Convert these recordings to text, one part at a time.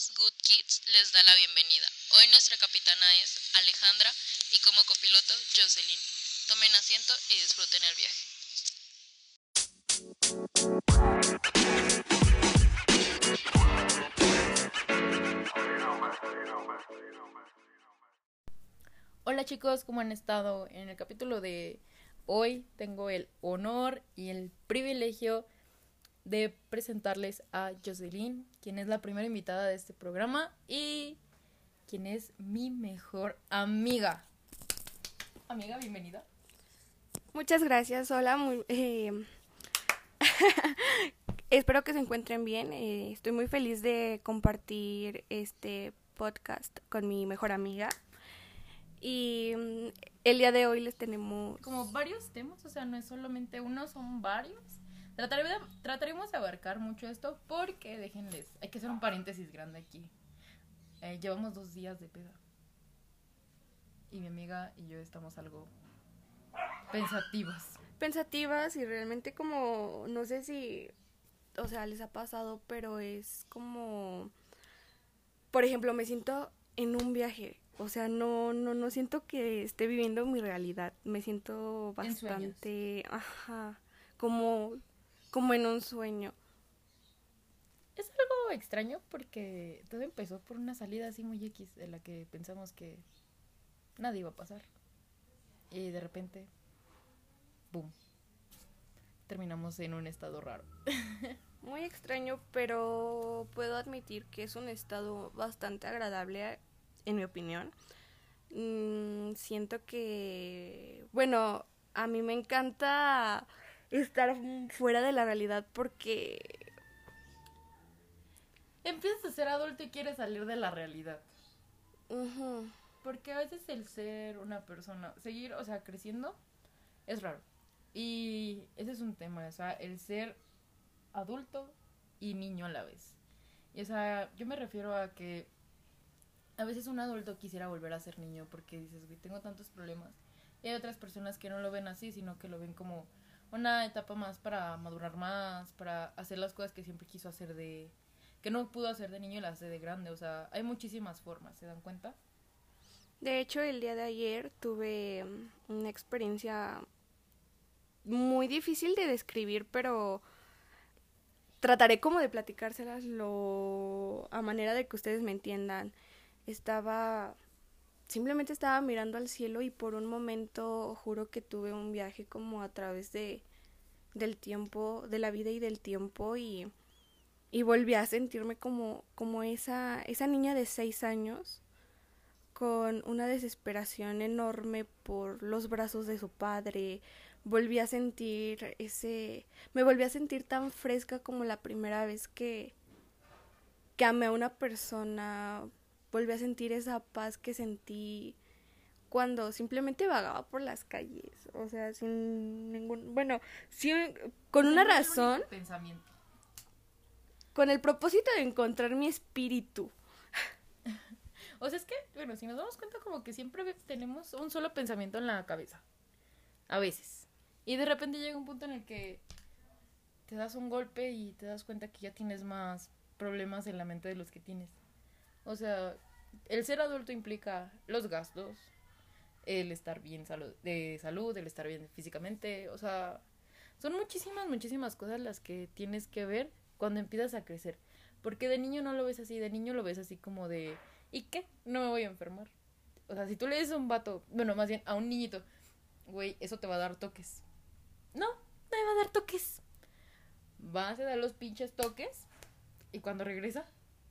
podcast Good Kids les da la bienvenida. Hoy nuestra capitana es Alejandra y como copiloto Jocelyn. Tomen asiento y disfruten el viaje. Hola chicos, ¿cómo han estado? En el capítulo de hoy tengo el honor y el privilegio de presentarles a Jocelyn, quien es la primera invitada de este programa y quien es mi mejor amiga. Amiga, bienvenida. Muchas gracias, hola, espero que se encuentren bien, estoy muy feliz de compartir este podcast con mi mejor amiga y el día de hoy les tenemos como varios temas, o sea, no es solamente uno, son varios. Trataremos de abarcar mucho esto porque, déjenles, hay que hacer un paréntesis grande aquí. Llevamos 2 días de peda y mi amiga y yo estamos algo pensativas y realmente como, no sé si, o sea, les ha pasado, pero es como, por ejemplo, me siento en un viaje, o sea, no siento que esté viviendo mi realidad, me siento bastante, como en un sueño. Es algo extraño porque todo empezó por una salida así muy X de la que pensamos que nadie iba a pasar. Y de repente, boom, terminamos en un estado raro. Muy extraño, pero puedo admitir que es un estado bastante agradable, en mi opinión. Siento que, bueno, a mí me encanta estar fuera de la realidad porque empiezas a ser adulto y quieres salir de la realidad. Uh-huh. Porque a veces el ser una persona, seguir, o sea, creciendo, es raro. Y ese es un tema, o sea, el ser adulto y niño a la vez. Y o sea, yo me refiero a que a veces un adulto quisiera volver a ser niño porque dices, güey, tengo tantos problemas. Y hay otras personas que no lo ven así, sino que lo ven como una etapa más para madurar más, para hacer las cosas que siempre quiso hacer que no pudo hacer de niño y las hace de grande. O sea, hay muchísimas formas, ¿se dan cuenta? De hecho, el día de ayer tuve una experiencia muy difícil de describir, pero trataré como de platicárselas a manera de que ustedes me entiendan. Simplemente estaba mirando al cielo y por un momento juro que tuve un viaje como a través del tiempo, de la vida y del tiempo y volví a sentirme como esa niña de 6 años con una desesperación enorme por los brazos de su padre. Me volví a sentir tan fresca como la primera vez que amé a una persona. Volví a sentir esa paz que sentí cuando simplemente vagaba por las calles, o sea, sin ningún, bueno, sí, con una razón, pensamiento, con el propósito de encontrar mi espíritu. O sea, es que, bueno, si nos damos cuenta como que siempre tenemos un solo pensamiento en la cabeza, a veces, y de repente llega un punto en el que te das un golpe y te das cuenta que ya tienes más problemas en la mente de los que tienes. O sea, el ser adulto implica los gastos, el estar bien de salud, el estar bien físicamente, o sea, son muchísimas cosas las que tienes que ver cuando empiezas a crecer. Porque de niño no lo ves así, de niño lo ves así como de, ¿y qué? No me voy a enfermar. O sea, si tú le dices a un vato, bueno, más bien a un niñito, güey, eso te va a dar toques. No me va a dar toques. Vas a dar los pinches toques y cuando regresa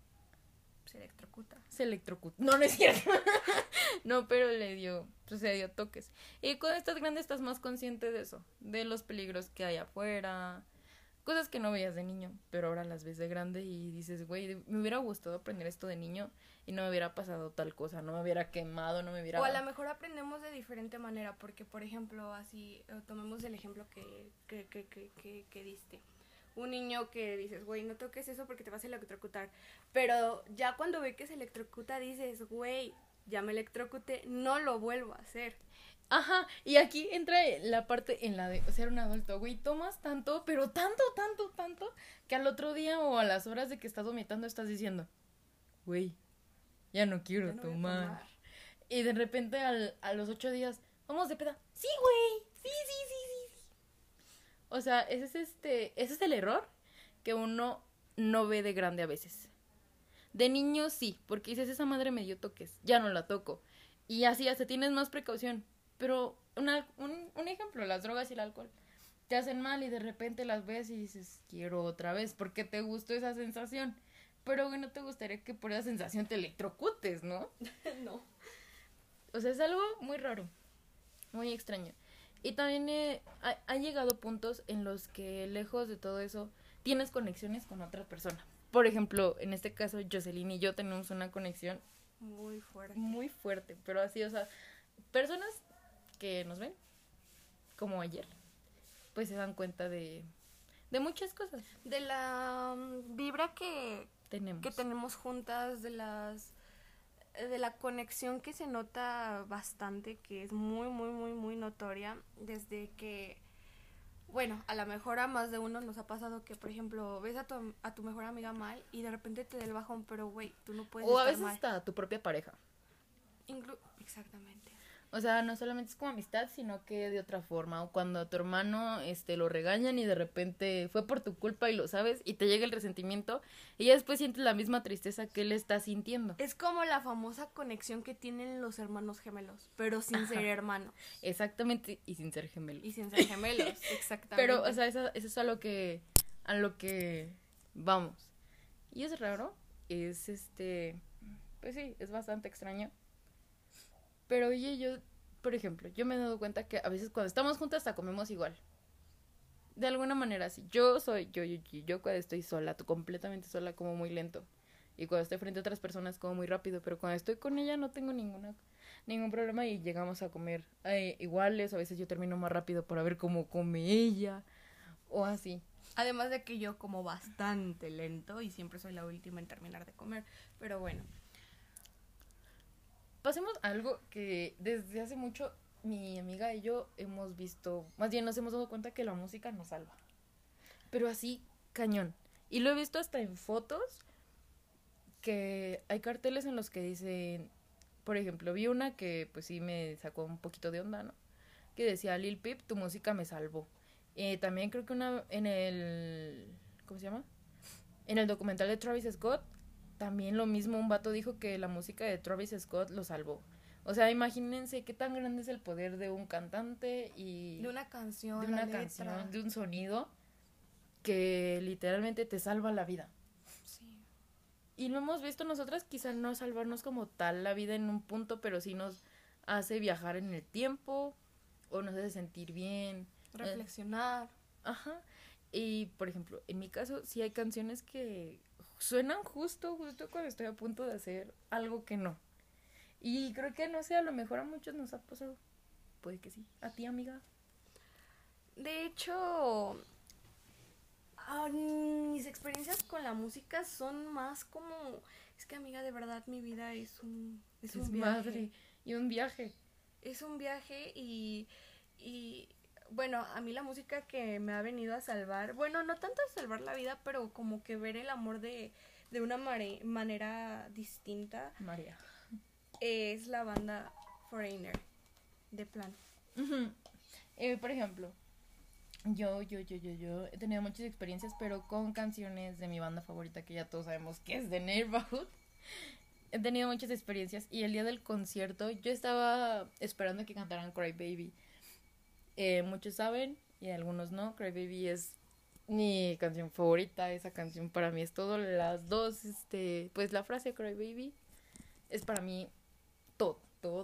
se electrocuta. No es cierto. No, pero se dio toques. Y cuando estás grande estás más consciente de eso, de los peligros que hay afuera, cosas que no veías de niño, pero ahora las ves de grande y dices, güey, me hubiera gustado aprender esto de niño y no me hubiera pasado tal cosa, no me hubiera quemado, no me hubiera... O a lo mejor aprendemos de diferente manera, porque, por ejemplo, así, tomemos el ejemplo que diste. Un niño que dices, güey, no toques eso porque te vas a electrocutar. Pero ya cuando ve que se electrocuta dices, güey, ya me electrocuté, no lo vuelvo a hacer. Ajá, y aquí entra la parte en la de ser un adulto, güey, tomas tanto, pero tanto, que al otro día o a las horas de que estás vomitando estás diciendo, güey, ya no quiero Ya no voy a tomar. tomar. Y de repente a los 8 días, vamos de peda. Sí, güey, sí, sí, sí, sí, sí. O sea, ese es el error que uno no ve de grande a veces. De niño sí, porque dices, esa madre me dio toques, ya no la toco. Y así hasta tienes más precaución. Pero un ejemplo, las drogas y el alcohol te hacen mal y de repente las ves y dices, quiero otra vez, porque te gustó esa sensación. Pero güey, no te gustaría que por esa sensación te electrocutes, ¿no? No. O sea, es algo muy raro, muy extraño. Y también han llegado puntos en los que lejos de todo eso tienes conexiones con otra persona. Por ejemplo, en este caso, Jocelyn y yo tenemos una conexión Muy fuerte. muy fuerte, pero así, o sea, personas que nos ven, como ayer, pues se dan cuenta de muchas cosas. De la vibra Tenemos. que tenemos juntas, de la conexión que se nota bastante, que es muy, muy, muy, muy notoria, desde que, bueno, a lo mejor a más de uno nos ha pasado que, por ejemplo, ves a tu mejor amiga mal y de repente te da el bajón, pero güey, tú no puedes O a estar veces mal. hasta tu propia pareja. Exactamente. O sea, no solamente es como amistad, sino que de otra forma. O cuando a tu hermano lo regañan y de repente fue por tu culpa y lo sabes y te llega el resentimiento y ya después sientes la misma tristeza que él está sintiendo. Es como la famosa conexión que tienen los hermanos gemelos, pero sin ser hermanos. Exactamente, y sin ser gemelos. Y sin ser gemelos, exactamente. Pero, o sea, eso es a lo que vamos. Y es raro, es pues sí, es bastante extraño. Pero oye, yo, por ejemplo, yo me he dado cuenta que a veces cuando estamos juntas hasta comemos igual. De alguna manera sí. Yo cuando estoy sola, completamente sola, como muy lento. Y cuando estoy frente a otras personas como muy rápido. Pero cuando estoy con ella no tengo ningún problema y llegamos a comer iguales. A veces yo termino más rápido para ver cómo come ella. O así. Además de que yo como bastante lento y siempre soy la última en terminar de comer. Pero bueno. Pasemos a algo que desde hace mucho mi amiga y yo hemos visto, más bien nos hemos dado cuenta que la música nos salva. Pero así, cañón. Y lo he visto hasta en fotos, que hay carteles en los que dicen, por ejemplo, vi una que pues sí me sacó un poquito de onda, ¿no? Que decía, Lil Peep, tu música me salvó. También creo que una en el, ¿cómo se llama? En el documental de Travis Scott, también lo mismo, un vato dijo que la música de Travis Scott lo salvó. O sea, imagínense qué tan grande es el poder de un cantante y De una canción, de una canción, de un sonido que literalmente te salva la vida. Sí. Y lo hemos visto nosotras, quizá no salvarnos como tal la vida en un punto, pero sí nos hace viajar en el tiempo o nos hace sentir bien. Reflexionar. Ajá. Y, por ejemplo, en mi caso, sí hay canciones que suenan justo cuando estoy a punto de hacer algo que no. Y creo que, no sé, a lo mejor a muchos nos ha pasado. Puede que sí. ¿A ti, amiga? De hecho, mis experiencias con la música son más como... Es que, amiga, de verdad, mi vida es un viaje. Madre. Y un viaje. Es un viaje y bueno, a mí la música que me ha venido a salvar, bueno, no tanto a salvar la vida, pero como que ver el amor de una manera distinta, María. es la banda Foreigner, de Plan. Uh-huh. Por ejemplo, yo he tenido muchas experiencias, pero con canciones de mi banda favorita, que ya todos sabemos que es The Neighborhood. He tenido muchas experiencias y el día del concierto yo estaba esperando que cantaran Cry Baby. Muchos saben y algunos no. Cry Baby es mi canción favorita. Esa canción para mí es todo. Las dos, pues la frase Cry Baby es para mí todo.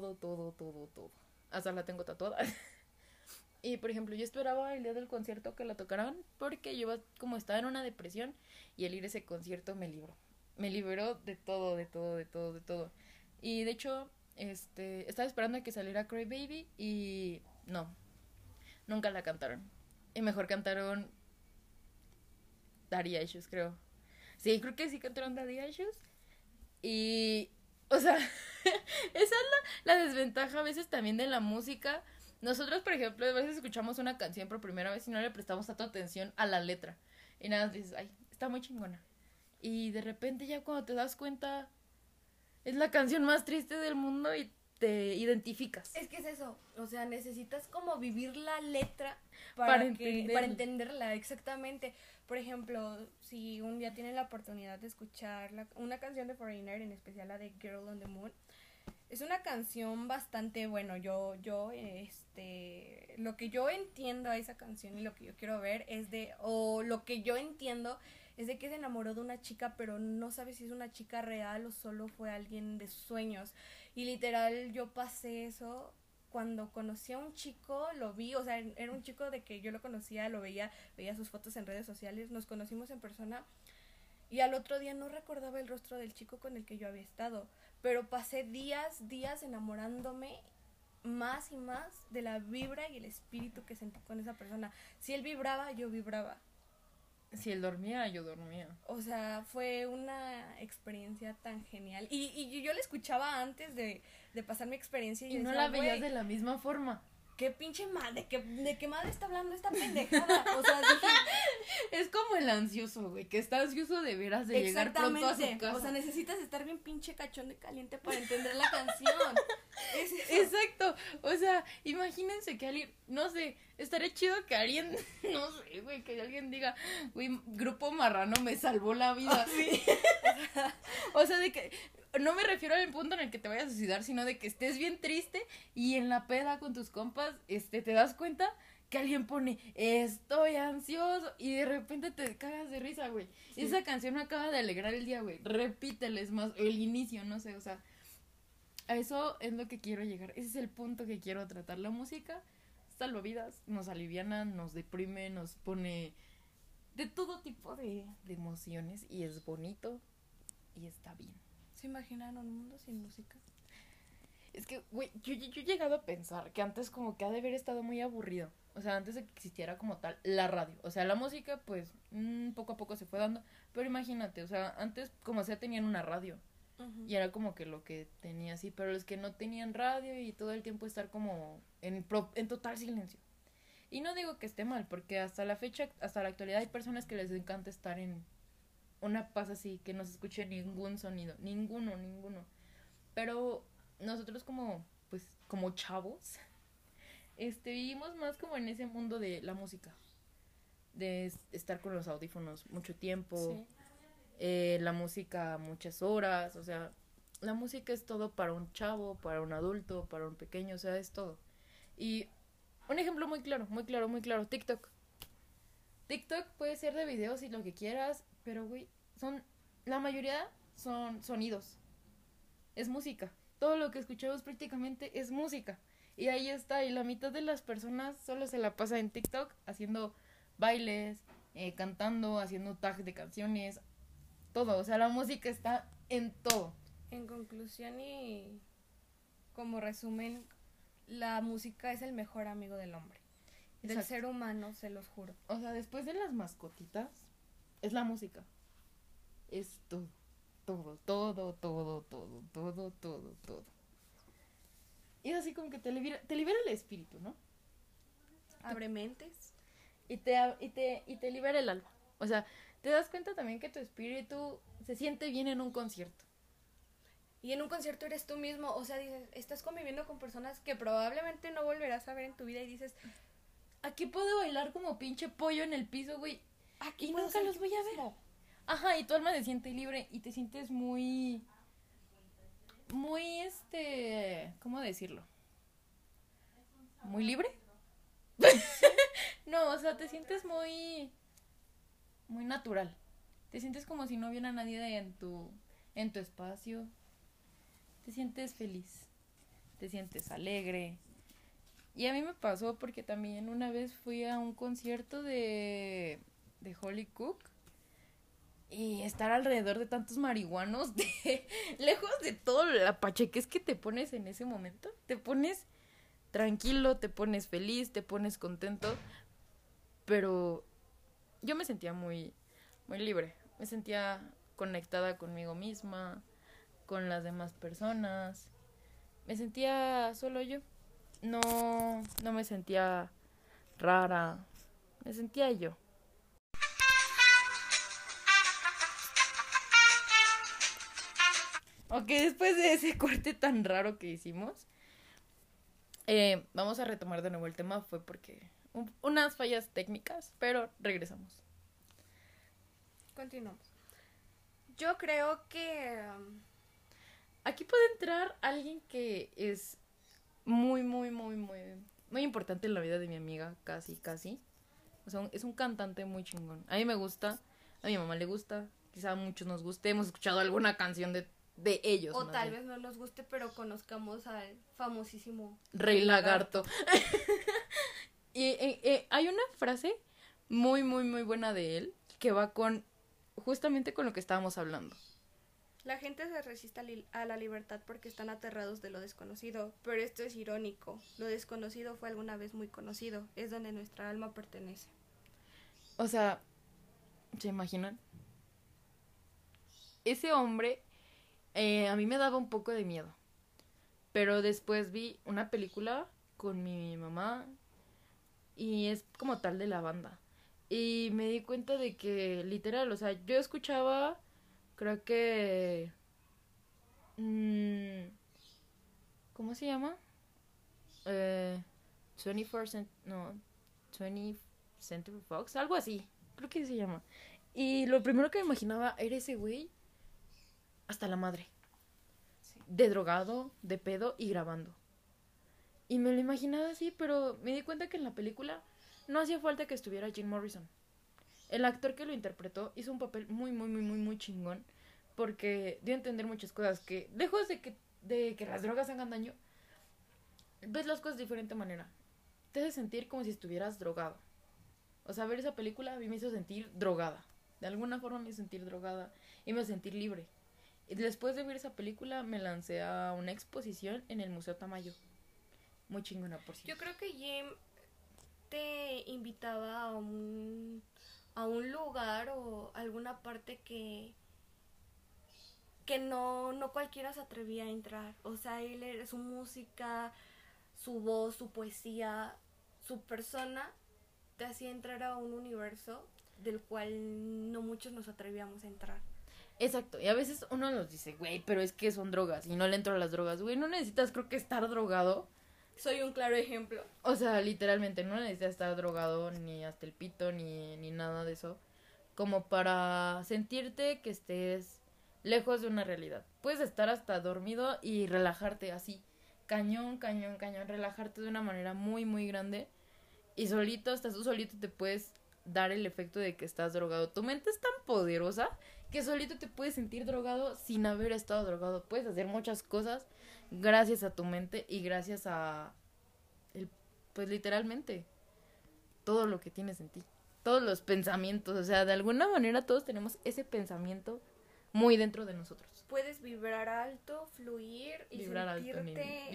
Hasta la tengo tatuada. Y por ejemplo, yo esperaba el día del concierto que la tocaran porque yo como estaba en una depresión y el ir a ese concierto me liberó de todo. Y de hecho, estaba esperando a que saliera Cry Baby y no, nunca la cantaron. Y mejor cantaron Daddy Issues, creo. Sí, creo que sí cantaron Daddy Issues. Y, o sea, esa es la desventaja a veces también de la música. Nosotros, por ejemplo, a veces escuchamos una canción por primera vez y no le prestamos tanta atención a la letra. Y nada, dices, ay, está muy chingona. Y de repente ya cuando te das cuenta, Es la canción más triste del mundo y te identificas. Es que es eso, o sea, necesitas como vivir la letra Para para entenderla, exactamente. Por ejemplo, si un día tienen la oportunidad de escuchar una canción de Foreigner, en especial la de Girl on the Moon, es una canción bastante, bueno, lo que yo entiendo a esa canción y lo que yo quiero ver lo que yo entiendo es de que se enamoró de una chica, pero no sabe si es una chica real o solo fue alguien de sus sueños. Y literal, yo pasé eso cuando conocí a un chico, lo vi, o sea, era un chico de que yo lo conocía, veía sus fotos en redes sociales, nos conocimos en persona y al otro día no recordaba el rostro del chico con el que yo había estado, pero pasé días enamorándome más y más de la vibra y el espíritu que sentí con esa persona. Si él vibraba, yo vibraba. Si él dormía, yo dormía. O sea, fue una experiencia tan genial. Y yo la escuchaba antes de pasar mi experiencia. Y no la veías de la misma forma. ¿Qué pinche madre? ¿De qué madre está hablando esta pendejada? O sea, dije... Es como el ansioso, güey, que está ansioso de veras de llegar pronto a su casa. O sea, necesitas estar bien pinche cachón de caliente para entender la canción. Es eso. Exacto. O sea, imagínense que alguien, no sé, estaría chido que alguien, no sé, güey, que alguien diga, güey, Grupo Marrano me salvó la vida. Sí. O sea, de que... No me refiero al punto en el que te vayas a suicidar, sino de que estés bien triste y en la peda con tus compas, te das cuenta que alguien pone, estoy ansioso, y de repente te cagas de risa, güey. Sí. Esa canción me acaba de alegrar el día, güey. Repíteles más, el inicio, no sé, o sea, a eso es lo que quiero llegar. Ese es el punto que quiero tratar. La música salva vidas, nos aliviana, nos deprime, nos pone de todo tipo de emociones y es bonito y está bien. ¿Se imaginaron un mundo sin música? Es que, güey, yo he llegado a pensar que antes como que ha de haber estado muy aburrido. O sea, antes de que existiera como tal la radio. O sea, la música, pues, poco a poco se fue dando. Pero imagínate, o sea, antes como sea tenían una radio. Uh-huh. Y era como que lo que tenía así. Pero los que no tenían radio y todo el tiempo estar como en total silencio. Y no digo que esté mal, porque hasta la fecha, hasta la actualidad hay personas que les encanta estar en una paz así, que no se escuche ningún sonido, ninguno, pero nosotros como chavos, vivimos más como en ese mundo de la música, de estar con los audífonos mucho tiempo, sí. La música muchas horas, o sea, la música es todo para un chavo, para un adulto, para un pequeño, o sea, es todo. Y un ejemplo muy claro, TikTok puede ser de videos y lo que quieras, pero, güey, la mayoría son sonidos. Es música. Todo lo que escuchamos prácticamente es música. Y ahí está. Y la mitad de las personas solo se la pasa en TikTok haciendo bailes, cantando, haciendo tags de canciones. Todo. O sea, la música está en todo. En conclusión y como resumen, la música es el mejor amigo del hombre. Exacto. Del ser humano, se los juro. O sea, después de las mascotitas, es la música. Es todo. Y es así como que te libera el espíritu, ¿no? Abre mentes. Y te libera el alma. O sea, te das cuenta también que tu espíritu se siente bien en un concierto. Y en un concierto eres tú mismo. O sea, dices, estás conviviendo con personas que probablemente no volverás a ver en tu vida y dices, aquí puedo bailar como pinche pollo en el piso, güey. Aquí nunca los voy a ver. Ajá, y tu alma se siente libre y te sientes muy, ¿cómo decirlo? ¿Muy libre? No, o sea, te sientes muy natural. Te sientes como si no hubiera nadie en tu espacio. Te sientes feliz, te sientes alegre. Y a mí me pasó porque también una vez fui a un concierto de Holly Cook. Y estar alrededor de tantos marihuanos, lejos de todo la pachequez que te pones en ese momento. Te pones tranquilo, te pones feliz, te pones contento. Pero yo me sentía muy, muy libre. Me sentía conectada conmigo misma, con las demás personas. Me sentía solo yo. No me sentía rara. Me sentía yo. ok, después de ese corte tan raro que hicimos, vamos a retomar de nuevo el tema. Fue porque unas fallas técnicas, pero regresamos. Continuamos. Yo creo que... Aquí puede entrar alguien que es muy, muy, muy, muy, muy importante en la vida de mi amiga, casi. O sea, es un cantante muy chingón. A mí me gusta, a mi mamá le gusta, quizá a muchos nos guste, hemos escuchado alguna canción de ellos. O tal vez no nos guste, pero conozcamos al famosísimo Rey Lagarto. Y hay una frase muy, muy, muy buena de él que va justamente con lo que estábamos hablando. La gente se resiste a la libertad porque están aterrados de lo desconocido, pero esto es irónico. Lo desconocido fue alguna vez muy conocido, es donde nuestra alma pertenece. O sea, ¿se imaginan? Ese hombre a mí me daba un poco de miedo, pero después vi una película con mi mamá y es como tal de la banda. Y me di cuenta de que, literal, o sea, yo escuchaba, creo que... ¿cómo se llama? 20th Century Fox, algo así, creo que se llama. Y lo primero que me imaginaba era ese güey hasta la madre. Sí. De drogado, de pedo y grabando. Y me lo imaginaba así, pero me di cuenta que en la película no hacía falta que estuviera Jim Morrison. El actor que lo interpretó hizo un papel muy, muy, muy, muy, muy chingón. Porque dio a entender muchas cosas. Que lejos de que las drogas hagan daño, ves las cosas de diferente manera. Te hace sentir como si estuvieras drogado. O sea, ver esa película a mí me hizo sentir drogada. De alguna forma me hizo sentir drogada y me hizo sentir libre. Y después de ver esa película me lancé a una exposición en el Museo Tamayo. Muy chingona, por cierto. Yo creo que Jim te invitaba a un lugar o alguna parte que no cualquiera se atrevía a entrar. O sea, su música, su voz, su poesía, su persona te hacía entrar a un universo del cual no muchos nos atrevíamos a entrar. Exacto, y a veces uno nos dice, güey, pero es que son drogas y no le entro a las drogas. Güey, no necesitas, creo que, estar drogado. Soy un claro ejemplo. O sea, literalmente, no necesitas estar drogado ni hasta el pito ni nada de eso, como para sentirte que estés lejos de una realidad. Puedes estar hasta dormido y relajarte así, cañón, relajarte de una manera muy, muy grande. Y solito, hasta tú solito te puedes dar el efecto de que estás drogado. Tu mente es tan poderosa que solito te puedes sentir drogado sin haber estado drogado. Puedes hacer muchas cosas gracias a tu mente y gracias a pues literalmente todo lo que tienes en ti, todos los pensamientos. O sea, de alguna manera todos tenemos ese pensamiento muy dentro de nosotros. Puedes vibrar alto, fluir y vibrar sentirte... alto, nini.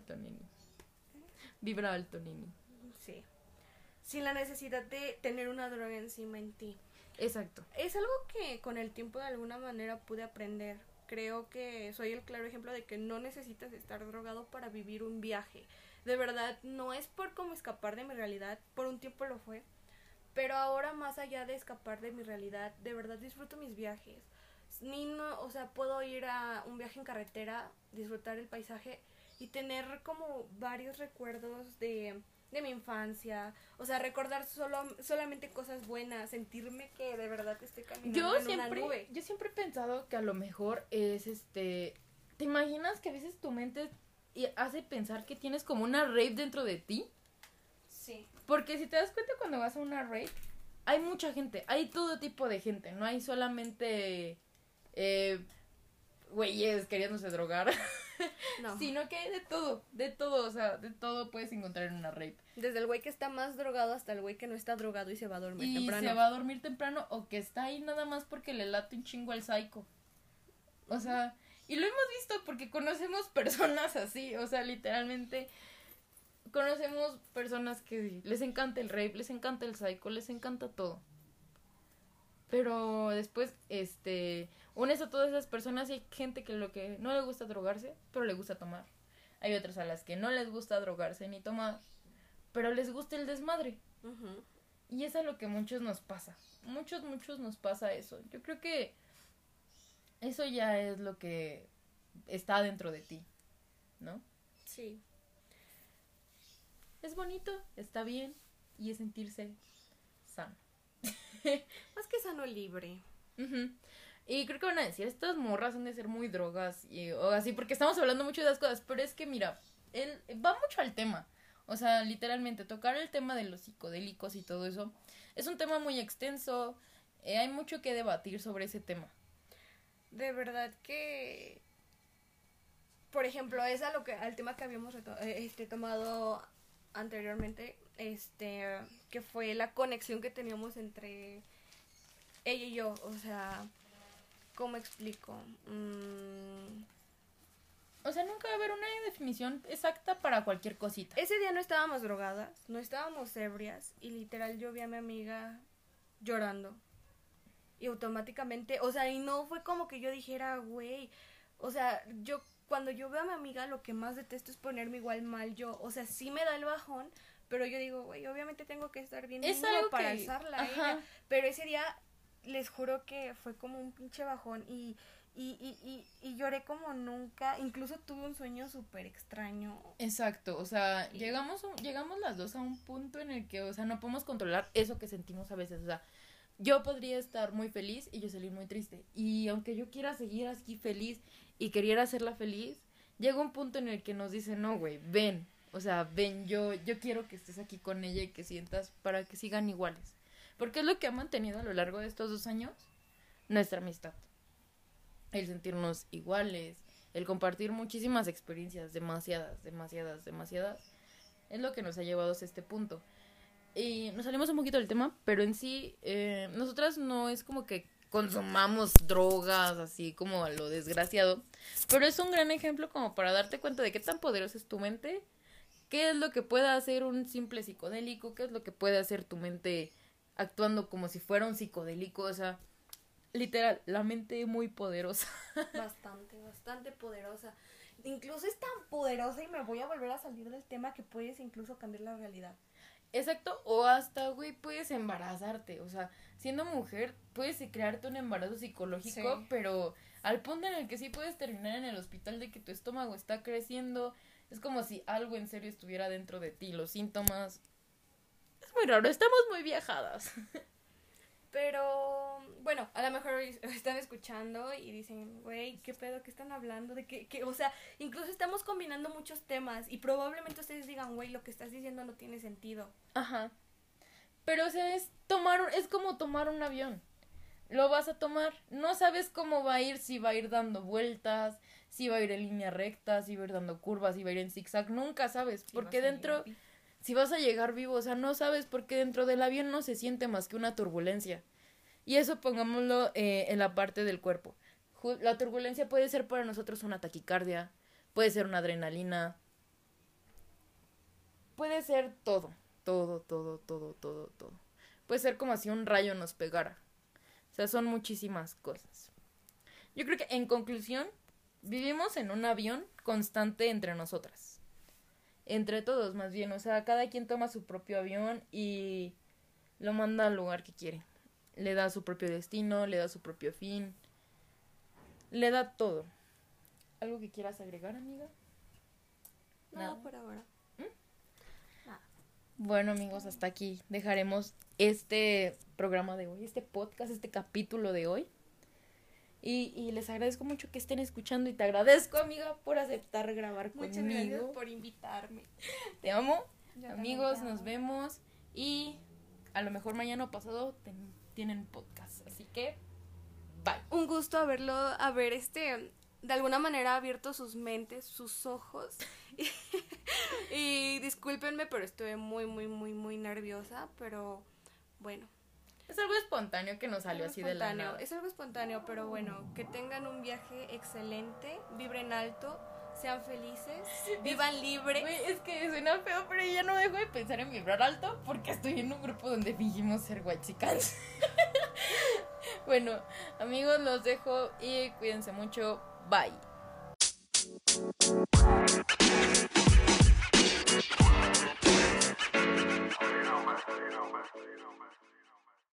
Vibra alto, nini. Sí. Sin la necesidad de tener una droga encima en ti. Exacto. Es algo que con el tiempo de alguna manera pude aprender. Creo que soy el claro ejemplo de que no necesitas estar drogado para vivir un viaje. De verdad, no es por como escapar de mi realidad, por un tiempo lo fue. Pero ahora, más allá de escapar de mi realidad, de verdad disfruto mis viajes. O sea, puedo ir a un viaje en carretera, disfrutar el paisaje y tener como varios recuerdos de mi infancia. O sea, recordar solamente cosas buenas, sentirme que de verdad estoy caminando en una nube. Yo siempre he pensado que a lo mejor es ¿te imaginas que a veces tu mente hace pensar que tienes como una rave dentro de ti? Sí. Porque si te das cuenta, cuando vas a una rave hay mucha gente, hay todo tipo de gente, no hay solamente güeyes queriéndose drogar. No. Sino que hay de todo, o sea, de todo puedes encontrar en una rave. Desde el güey que está más drogado hasta el güey que no está drogado y se va a dormir temprano. Y se va a dormir temprano o que está ahí nada más porque le late un chingo al psycho. O sea, y lo hemos visto porque conocemos personas así, o sea, literalmente conocemos personas que les encanta el rave, les encanta el psycho, les encanta todo. Pero después, unes a todas esas personas y hay gente que lo que no le gusta drogarse, pero le gusta tomar. Hay otras a las que no les gusta drogarse ni tomar, pero les gusta el desmadre. Uh-huh. Y es a lo que muchos nos pasa. Muchos nos pasa eso. Yo creo que eso ya es lo que está dentro de ti, ¿no? Sí. Es bonito, está bien, y es sentirse sano. Más que sano, libre. Uh-huh. Y creo que van a decir, estas morras han de ser muy drogas o así, porque estamos hablando mucho de las cosas, pero es que mira, él va mucho al tema. O sea, literalmente, tocar el tema de los psicodélicos y todo eso es un tema muy extenso. Hay mucho que debatir sobre ese tema. De verdad que, por ejemplo, es al tema que habíamos tomado anteriormente, que fue la conexión que teníamos entre ella y yo. O sea, ¿cómo explico? O sea, nunca va a haber una definición exacta para cualquier cosita. Ese día no estábamos drogadas, no estábamos ebrias, y literal yo vi a mi amiga llorando. Y automáticamente, o sea, y no fue como que yo dijera, güey, o sea, cuando yo veo a mi amiga, lo que más detesto es ponerme igual mal yo. O sea, sí me da el bajón, pero yo digo, güey, obviamente tengo que estar bien es algo para que... alzarla a ella. Pero ese día, les juro que fue como un pinche bajón y lloré como nunca. Incluso tuve un sueño súper extraño. Exacto, o sea, llegamos las dos a un punto en el que, o sea, no podemos controlar eso que sentimos a veces. O sea, yo podría estar muy feliz y yo salir muy triste. Y aunque yo quiera seguir aquí feliz y queriera hacerla feliz, llega un punto en el que nos dicen, no, güey, ven. O sea, ven, yo quiero que estés aquí con ella y que sientas para que sigan iguales. Porque es lo que ha mantenido a lo largo de estos 2 años nuestra amistad. El sentirnos iguales, el compartir muchísimas experiencias, demasiadas, es lo que nos ha llevado hasta este punto. Y nos salimos un poquito del tema, pero en sí, nosotras no es como que consumamos drogas así como a lo desgraciado, pero es un gran ejemplo como para darte cuenta de qué tan poderosa es tu mente, qué es lo que puede hacer un simple psicodélico, qué es lo que puede hacer tu mente actuando como si fuera un psicodélico. O sea, literal, la mente muy poderosa. Bastante poderosa. Incluso es tan poderosa, y me voy a volver a salir del tema, que puedes incluso cambiar la realidad. Exacto, o hasta, güey, puedes embarazarte. O sea, siendo mujer, puedes crearte un embarazo psicológico, sí, pero al punto en el que sí puedes terminar en el hospital de que tu estómago está creciendo. Es como si algo en serio estuviera dentro de ti. Los síntomas... Es muy raro, estamos muy viajadas. Pero, bueno, a lo mejor están escuchando y dicen, güey, ¿qué pedo? ¿Qué están hablando? ¿De qué? O sea, incluso estamos combinando muchos temas y probablemente ustedes digan, güey, lo que estás diciendo no tiene sentido. Ajá. Pero, o sea, es como tomar un avión. Lo vas a tomar, no sabes cómo va a ir, si va a ir dando vueltas, si va a ir en línea recta, si va a ir ddando curvas, si va a ir en zigzag, nunca sabes, porque dentro... Si vas a llegar vivo, o sea, no sabes, porque dentro del avión no se siente más que una turbulencia. Y eso pongámoslo en la parte del cuerpo. La turbulencia puede ser para nosotros una taquicardia, puede ser una adrenalina, puede ser todo. Puede ser como si un rayo nos pegara. O sea, son muchísimas cosas. Yo creo que, en conclusión, vivimos en un avión constante entre nosotras. Entre todos, más bien. O sea, cada quien toma su propio avión y lo manda al lugar que quiere. Le da su propio destino, le da su propio fin. Le da todo. ¿Algo que quieras agregar, amiga? No, por ahora. Nada. Bueno, amigos, hasta aquí dejaremos este programa de hoy, este podcast, este capítulo de hoy. Y les agradezco mucho que estén escuchando y te agradezco, amiga, por aceptar grabar conmigo. Muchas gracias por invitarme. Te amo. Amigos, nos vemos y a lo mejor mañana o pasado tienen podcast. Así que, bye. Un gusto haber de alguna manera abierto sus mentes, sus ojos. Y discúlpenme, pero estoy muy nerviosa, pero bueno. Es algo espontáneo que nos salió así de la nada. Es algo espontáneo, pero bueno, que tengan un viaje excelente, vibren alto, sean felices, vivan libre. Güey, es que suena feo, pero ya no dejo de pensar en vibrar alto porque estoy en un grupo donde fingimos ser whitexicans. Bueno, amigos, los dejo y cuídense mucho. Bye.